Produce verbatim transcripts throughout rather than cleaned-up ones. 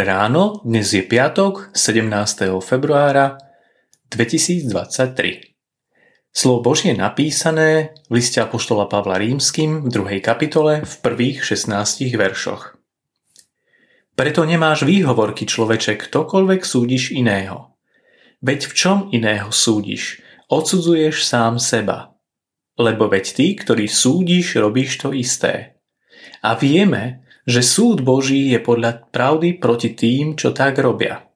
Dobré ráno, dnes je piatok, sedemnásteho februára dvetisícdvadsaťtri. Slovo Božie je napísané v liste apoštola Pavla Rímskym v druhej kapitole v prvých šestnástich veršoch. Preto nemáš výhovorky, človeče, ktokoľvek súdiš iného. Veď v čom iného súdiš? Odsudzuješ sám seba. Lebo veď ty, ktorý súdiš, robíš to isté. A vieme, že súd Boží je podľa pravdy proti tým, čo tak robia.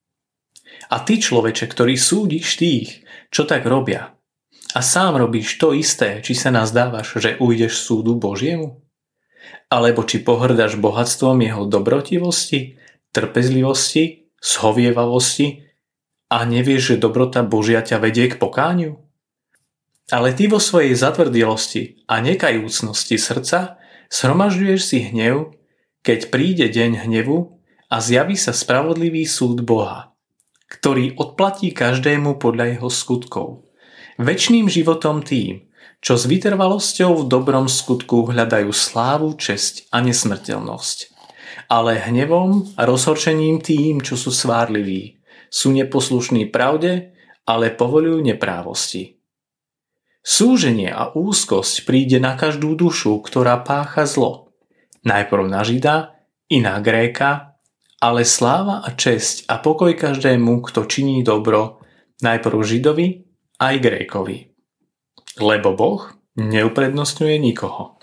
A ty, človeče, ktorý súdiš tých, čo tak robia, a sám robíš to isté, či sa nazdávaš, že ujdeš súdu Božiemu? Alebo či pohrdáš bohatstvom jeho dobrotivosti, trpezlivosti, zhovievavosti a nevieš, že dobrota Božia ťa vedie k pokániu? Ale ty vo svojej zatvrdilosti a nekajúcnosti srdca shromažďuješ si hnev, keď príde deň hnevu a zjaví sa spravodlivý súd Boha, ktorý odplatí každému podľa jeho skutkov. Večným životom tým, čo s vytrvalosťou v dobrom skutku hľadajú slávu, česť a nesmrteľnosť. Ale hnevom a rozhorčením tým, čo sú svárliví, sú neposlušní pravde, ale povoľujú neprávosti. Súženie a úzkosť príde na každú dušu, ktorá pácha zlo. Najprv na Žida i na Gréka, ale sláva a česť a pokoj každému, kto činí dobro, najprv Židovi aj Grékovi. Lebo Boh neuprednostňuje nikoho.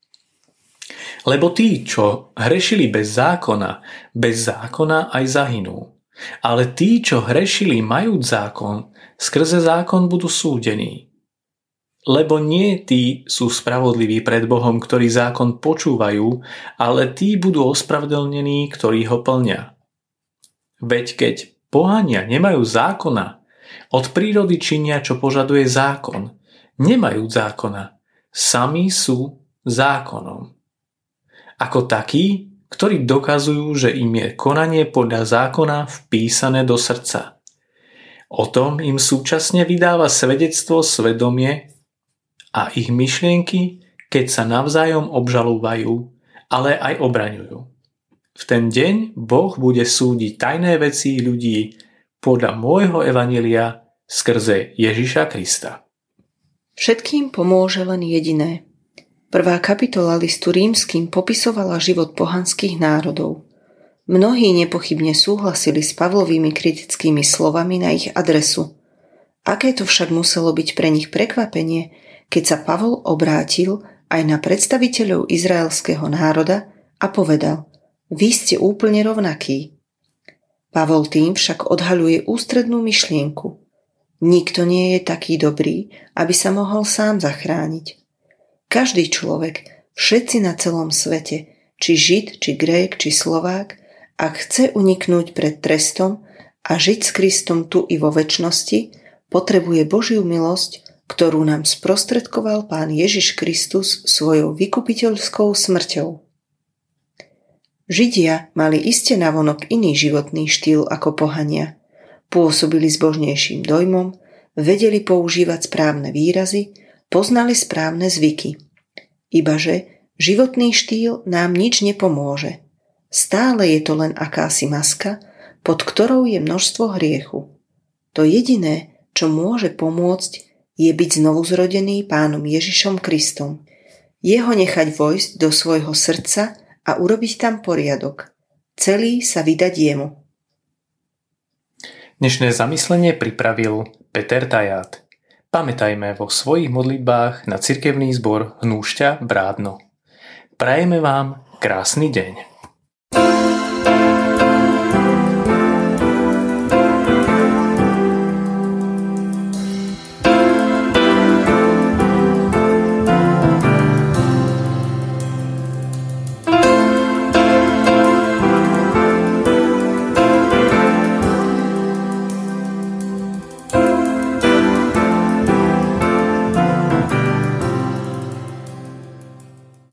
Lebo tí, čo hrešili bez zákona, bez zákona aj zahynú. Ale tí, čo hrešili majúc zákon, skrze zákon budú súdení. Lebo nie tí sú spravodliví pred Bohom, ktorí zákon počúvajú, ale tí budú ospravedlnení, ktorí ho plnia. Veď keď pohania nemajú zákona, od prírody činia, čo požaduje zákon, nemajú zákona, sami sú zákonom. Ako takí, ktorí dokazujú, že im je konanie podľa zákona vpísané do srdca. O tom im súčasne vydáva svedectvo svedomie a ich myšlienky, keď sa navzájom obžalúvajú, ale aj obraňujú. V ten deň Boh bude súdiť tajné veci ľudí podľa môjho evanjelia skrze Ježiša Krista. Všetkým pomôže len jediné. Prvá kapitola listu Rímskym popisovala život pohanských národov. Mnohí nepochybne súhlasili s Pavlovými kritickými slovami na ich adresu. Aké to však muselo byť pre nich prekvapenie, keď sa Pavol obrátil aj na predstaviteľov izraelského národa a povedal: Vy ste úplne rovnakí. Pavol tým však odhaľuje ústrednú myšlienku. Nikto nie je taký dobrý, aby sa mohol sám zachrániť. Každý človek, všetci na celom svete, či Žid, či Grék, či Slovák, ak chce uniknúť pred trestom a žiť s Kristom tu i vo večnosti, potrebuje Božiu milosť, ktorú nám sprostredkoval Pán Ježiš Kristus svojou vykupiteľskou smrťou. Židia mali iste navonok iný životný štýl ako pohania. Pôsobili s božnejším dojmom, vedeli používať správne výrazy, poznali správne zvyky. Ibaže životný štýl nám nič nepomôže. Stále je to len akási maska, pod ktorou je množstvo hriechu. To jediné, čo môže pomôcť, je byť znovuzrodený Pánom Ježišom Kristom. Jeho nechať vojsť do svojho srdca a urobiť tam poriadok. Celý sa vydať jemu. Dnešné zamyslenie pripravil Peter Taját. Pamätajme vo svojich modlitbách na cirkevný zbor Hnúšťa Brádno. Prajeme vám krásny deň.